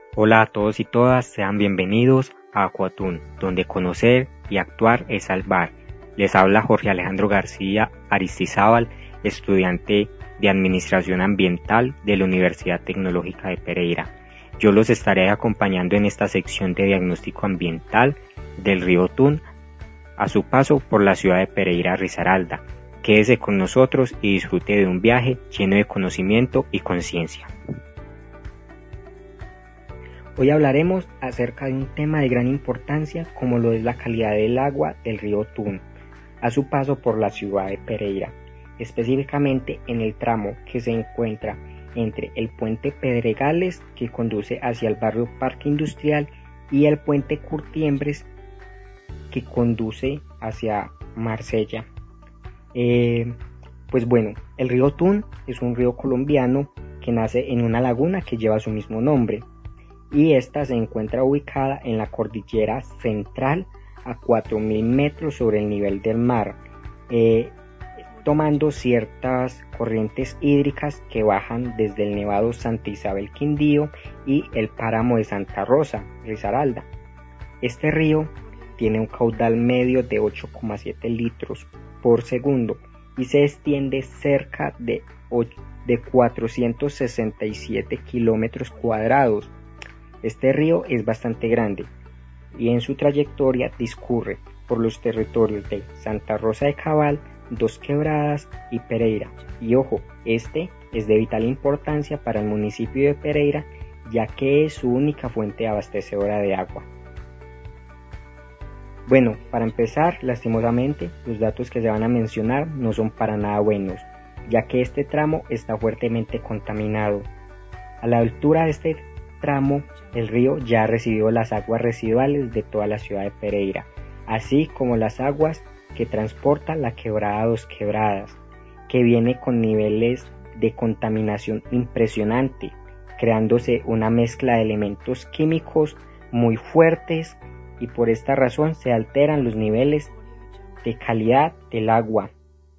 Hola a todos y todas, sean bienvenidos a Aquatún, donde conocer y actuar es salvar. Les habla Jorge Alejandro García Aristizábal, estudiante de Administración Ambiental de la Universidad Tecnológica de Pereira. Yo los estaré acompañando en esta sección de diagnóstico ambiental del río Tun a su paso por la ciudad de Pereira Risaralda. Quédese con nosotros y disfrute de un viaje lleno de conocimiento y conciencia. Hoy hablaremos acerca de un tema de gran importancia como lo es la calidad del agua del río Tun a su paso por la ciudad de Pereira, específicamente en el tramo que se encuentra entre el puente Pedregales que conduce hacia el barrio Parque Industrial y el puente Curtiembres que conduce hacia Marsella. Pues bueno, el río Tun es un río colombiano que nace en una laguna que lleva su mismo nombre, y esta se encuentra ubicada en la cordillera central a 4.000 metros sobre el nivel del mar, tomando ciertas corrientes hídricas que bajan desde el Nevado Santa Isabel Quindío y el páramo de Santa Rosa, Risaralda. Este río tiene un caudal medio de 8,7 litros por segundo y se extiende cerca de 467 kilómetros cuadrados. Este río es bastante grande y en su trayectoria discurre por los territorios de Santa Rosa de Cabal, Dos Quebradas y Pereira. Y ojo, este es de vital importancia para el municipio de Pereira, ya que es su única fuente abastecedora de agua. Bueno, para empezar, lastimosamente, los datos que se van a mencionar no son para nada buenos, ya que este tramo está fuertemente contaminado. A la altura de este tramo, el río ya ha recibido las aguas residuales de toda la ciudad de Pereira, así como las aguas que transporta la quebrada Dos Quebradas, que viene con niveles de contaminación impresionante, creándose una mezcla de elementos químicos muy fuertes, y por esta razón se alteran los niveles de calidad del agua.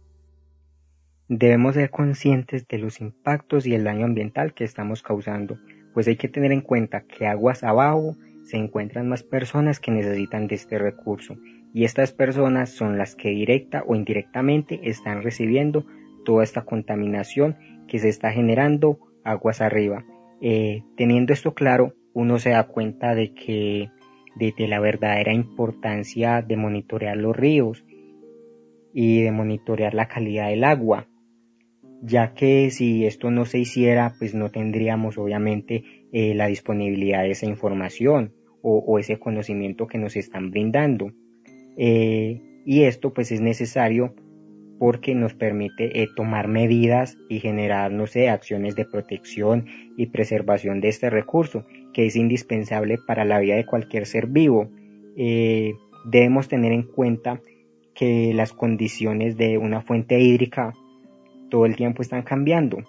Debemos ser conscientes de los impactos y el daño ambiental que estamos causando, pues hay que tener en cuenta que aguas abajo se encuentran más personas que necesitan de este recurso, y estas personas son las que directa o indirectamente están recibiendo toda esta contaminación que se está generando aguas arriba. Teniendo esto claro, uno se da cuenta de la verdadera importancia de monitorear los ríos y de monitorear la calidad del agua, ya que si esto no se hiciera, pues no tendríamos obviamente la disponibilidad de esa información o ese conocimiento que nos están brindando, y esto pues es necesario porque nos permite tomar medidas y generar, acciones de protección y preservación de este recurso, que es indispensable para la vida de cualquier ser vivo. Debemos tener en cuenta que las condiciones de una fuente hídrica todo el tiempo están cambiando.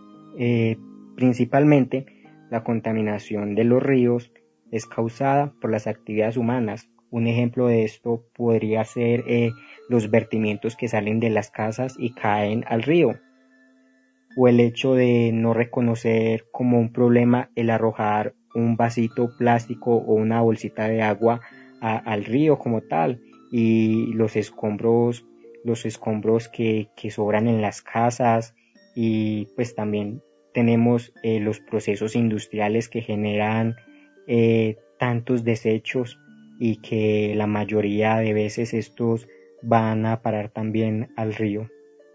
Principalmente la contaminación de los ríos es causada por las actividades humanas. Un ejemplo de esto podría ser los vertimientos que salen de las casas y caen al río, o el hecho de no reconocer como un problema el arrojar un vasito plástico o una bolsita de agua al río como tal, y los escombros que sobran en las casas, y pues también tenemos los procesos industriales que generan tantos desechos, y que la mayoría de veces estos van a parar también al río.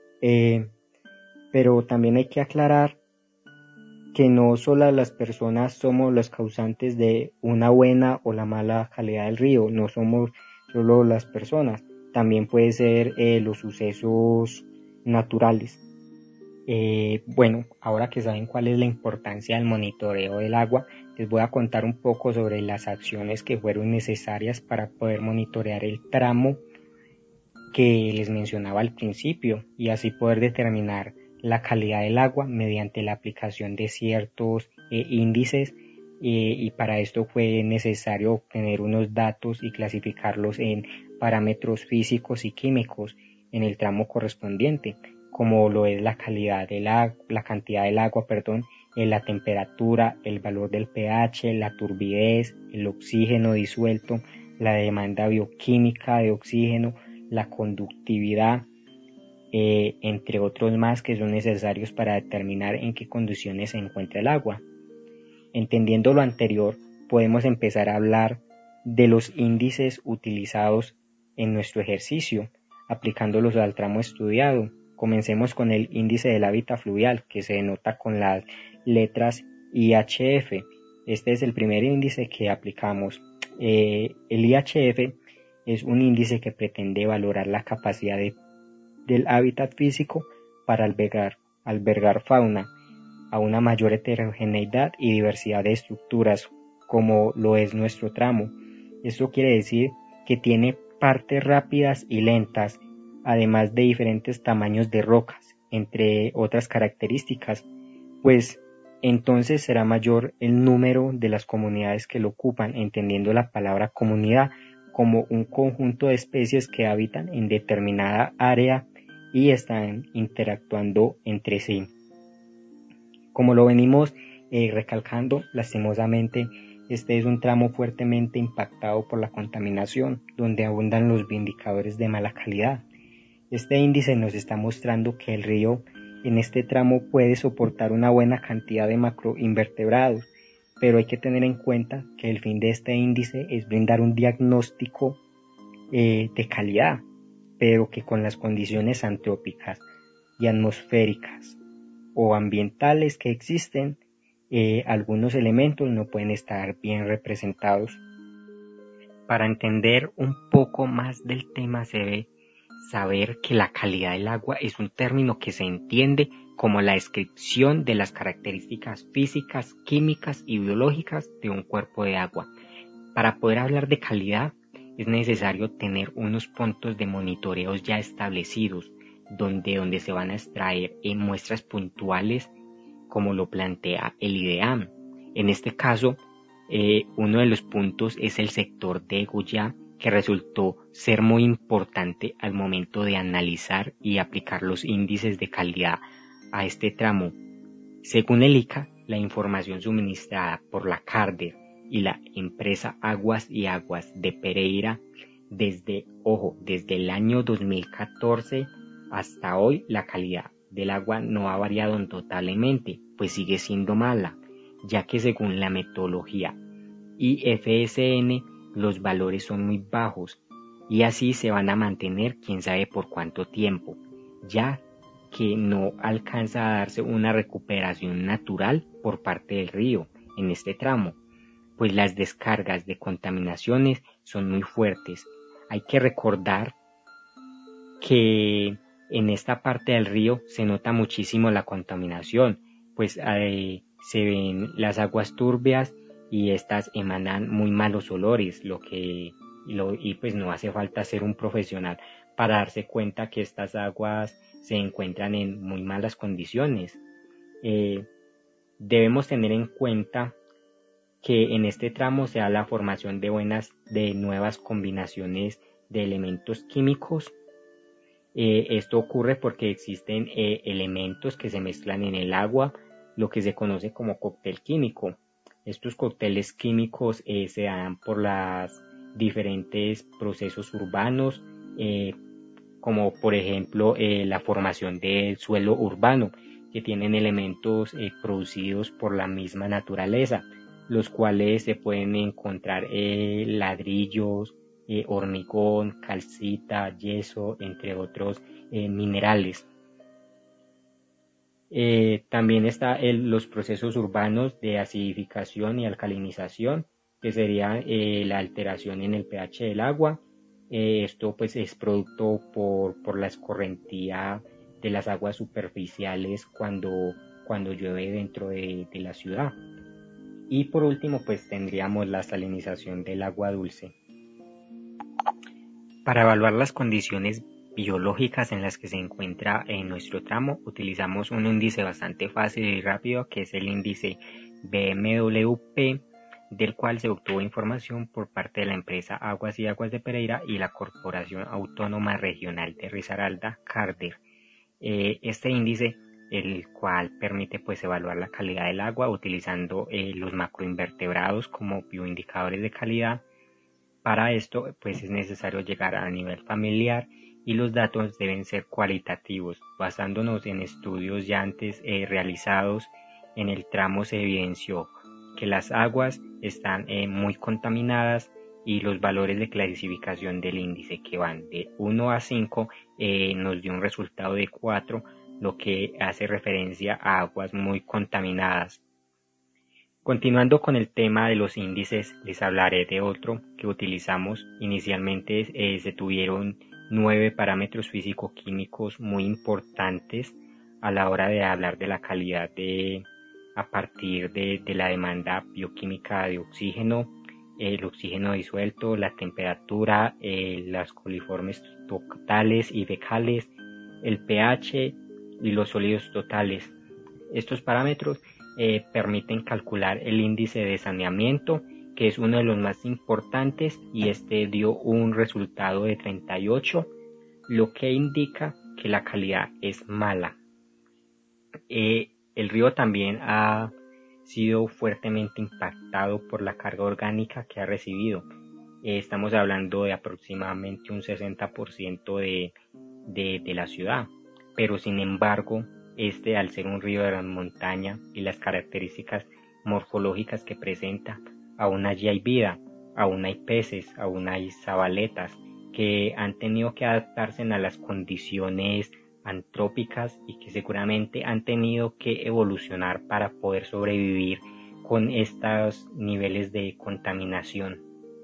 Pero también hay que aclarar que no solo las personas somos los causantes de una buena o la mala calidad del río, no somos solo las personas, también puede ser los sucesos naturales. Bueno, ahora que saben cuál es la importancia del monitoreo del agua, les voy a contar un poco sobre las acciones que fueron necesarias para poder monitorear el tramo que les mencionaba al principio, y así poder determinar la calidad del agua mediante la aplicación de ciertos índices, y para esto fue necesario obtener unos datos y clasificarlos en parámetros físicos y químicos en el tramo correspondiente, como lo es la cantidad del agua, la temperatura, el valor del pH, la turbidez, el oxígeno disuelto, la demanda bioquímica de oxígeno, la conductividad, entre otros más que son necesarios para determinar en qué condiciones se encuentra el agua. Entendiendo lo anterior, podemos empezar a hablar de los índices utilizados en nuestro ejercicio, aplicándolos al tramo estudiado. Comencemos con el índice del hábitat fluvial, que se denota con las letras IHF. Este es el primer índice que aplicamos. El IHF es un índice que pretende valorar la capacidad del hábitat físico para albergar fauna a una mayor heterogeneidad y diversidad de estructuras, como lo es nuestro tramo. Esto quiere decir que tiene partes rápidas y lentas, además de diferentes tamaños de rocas, entre otras características, pues entonces será mayor el número de las comunidades que lo ocupan, entendiendo la palabra comunidad como un conjunto de especies que habitan en determinada área y están interactuando entre sí. Como lo venimos recalcando, lastimosamente, este es un tramo fuertemente impactado por la contaminación, donde abundan los indicadores de mala calidad. Este índice nos está mostrando que el río en este tramo puede soportar una buena cantidad de macroinvertebrados, pero hay que tener en cuenta que el fin de este índice es brindar un diagnóstico de calidad, pero que con las condiciones antrópicas y atmosféricas o ambientales que existen, algunos elementos no pueden estar bien representados. Para entender un poco más del tema se debe saber que la calidad del agua es un término que se entiende como la descripción de las características físicas, químicas y biológicas de un cuerpo de agua. Para poder hablar de calidad es necesario tener unos puntos de monitoreos ya establecidos, donde se van a extraer muestras puntuales como lo plantea el IDEAM. En este caso, uno de los puntos es el sector de Goya, que resultó ser muy importante al momento de analizar y aplicar los índices de calidad a este tramo. Según el ICA, la información suministrada por la Carder y la empresa Aguas y Aguas de Pereira desde el año 2014 hasta hoy, la calidad del agua no ha variado notablemente, pues sigue siendo mala, ya que según la metodología IFSN los valores son muy bajos y así se van a mantener quién sabe por cuánto tiempo, ya que no alcanza a darse una recuperación natural por parte del río en este tramo, pues las descargas de contaminaciones son muy fuertes. Hay que recordar que en esta parte del río se nota muchísimo la contaminación, pues se ven las aguas turbias y estas emanan muy malos olores, y pues no hace falta ser un profesional para darse cuenta que estas aguas se encuentran en muy malas condiciones. Debemos tener en cuenta que en este tramo se da la formación de nuevas combinaciones de elementos químicos. Esto ocurre porque existen elementos que se mezclan en el agua, lo que se conoce como cóctel químico. Estos cócteles químicos se dan por los diferentes procesos urbanos, como por ejemplo la formación del suelo urbano, que tienen elementos producidos por la misma naturaleza, los cuales se pueden encontrar ladrillos, hormigón, calcita, yeso, entre otros minerales. También están los procesos urbanos de acidificación y alcalinización, que sería la alteración en el pH del agua. Esto pues es producto por la escorrentía de las aguas superficiales cuando llueve dentro de la ciudad. Y por último pues tendríamos la salinización del agua dulce. Para evaluar las condiciones biológicas en las que se encuentra en nuestro tramo, utilizamos un índice bastante fácil y rápido, que es el índice BMWP, del cual se obtuvo información por parte de la empresa Aguas y Aguas de Pereira y la Corporación Autónoma Regional de Risaralda, Carder. Este índice el cual permite pues evaluar la calidad del agua utilizando los macroinvertebrados como bioindicadores de calidad. Para esto pues es necesario llegar a nivel familiar y los datos deben ser cualitativos. Basándonos en estudios ya antes realizados, en el tramo se evidenció que las aguas están muy contaminadas y los valores de clasificación del índice, que van de 1 a 5, nos dio un resultado de 4, lo que hace referencia a aguas muy contaminadas. Continuando con el tema de los índices, les hablaré de otro que utilizamos. Inicialmente se tuvieron 9 parámetros físico-químicos muy importantes a la hora de hablar de la calidad a partir de la demanda bioquímica de oxígeno, el oxígeno disuelto, la temperatura, las coliformes totales y fecales, el pH y los sólidos totales. Estos parámetros permiten calcular el índice de saneamiento, que es uno de los más importantes, y este dio un resultado de 38, lo que indica que la calidad es mala. El río también ha sido fuertemente impactado por la carga orgánica que ha recibido. Estamos hablando de aproximadamente un 60% de la ciudad, pero sin embargo, al ser un río de gran montaña y las características morfológicas que presenta, aún allí hay vida, aún hay peces, aún hay zabaletas que han tenido que adaptarse a las condiciones antrópicas y que seguramente han tenido que evolucionar para poder sobrevivir con estos niveles de contaminación.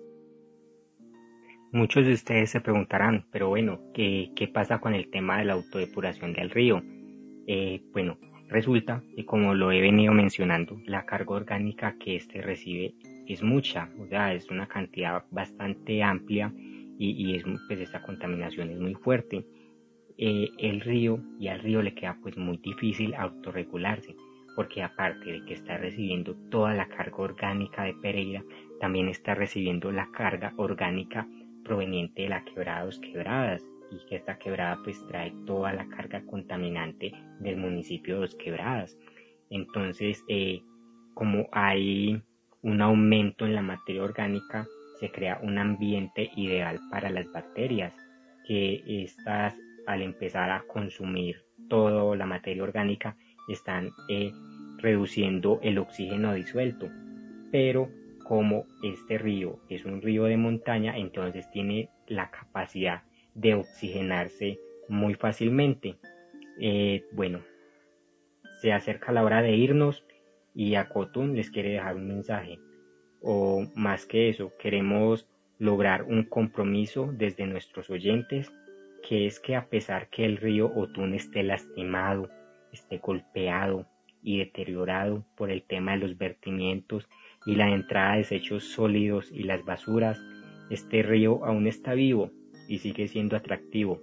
Muchos de ustedes se preguntarán, pero bueno, ¿qué pasa con el tema de la autodepuración del río? Bueno, resulta que, como lo he venido mencionando, la carga orgánica que este recibe es mucha, o sea, es una cantidad bastante amplia y pues esta contaminación es muy fuerte. Al río le queda pues muy difícil autorregularse, porque aparte de que está recibiendo toda la carga orgánica de Pereira, también está recibiendo la carga orgánica proveniente de la quebrada Dos Quebradas, y que esta quebrada pues trae toda la carga contaminante del municipio de Dos Quebradas. Entonces, como hay un aumento en la materia orgánica, se crea un ambiente ideal para las bacterias, que estas, al empezar a consumir toda la materia orgánica, están reduciendo el oxígeno disuelto. Pero como este río es un río de montaña, entonces tiene la capacidad de oxigenarse muy fácilmente. Bueno, se acerca la hora de irnos y Acotun les quiere dejar un mensaje, o más que eso, queremos lograr un compromiso desde nuestros oyentes, que es que, a pesar que el río Otún esté lastimado, esté golpeado y deteriorado por el tema de los vertimientos y la entrada de desechos sólidos y las basuras, este río aún está vivo y sigue siendo atractivo.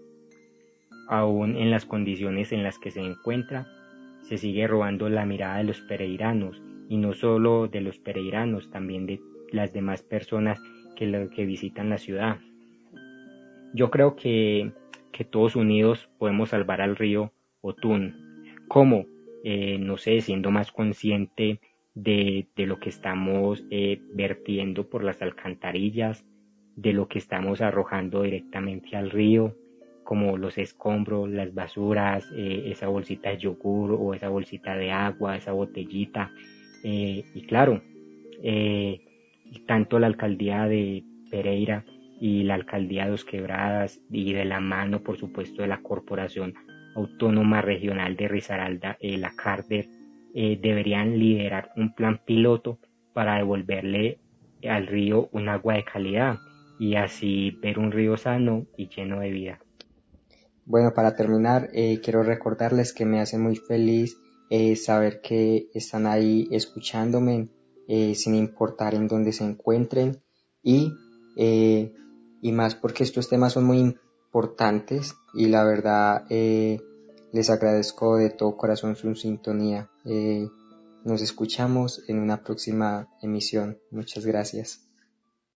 Aún en las condiciones en las que se encuentra, se sigue robando la mirada de los pereiranos, y no solo de los pereiranos, también de las demás personas que visitan la ciudad. Yo creo que todos unidos podemos salvar al río Otún. ¿Cómo? No sé, siendo más consciente de lo que estamos vertiendo por las alcantarillas, de lo que estamos arrojando directamente al río, como los escombros, las basuras, esa bolsita de yogur o esa bolsita de agua, esa botellita. Y claro, tanto la alcaldía de Pereira y la alcaldía de Dos Quebradas, y de la mano, por supuesto, de la Corporación Autónoma Regional de Risaralda, la CARDER, deberían liderar un plan piloto para devolverle al río un agua de calidad y así ver un río sano y lleno de vida. Bueno, para terminar, quiero recordarles que me hace muy feliz saber que están ahí escuchándome, sin importar en dónde se encuentren, y más porque estos temas son muy importantes, y la verdad les agradezco de todo corazón su sintonía. Nos escuchamos en una próxima emisión. Muchas gracias.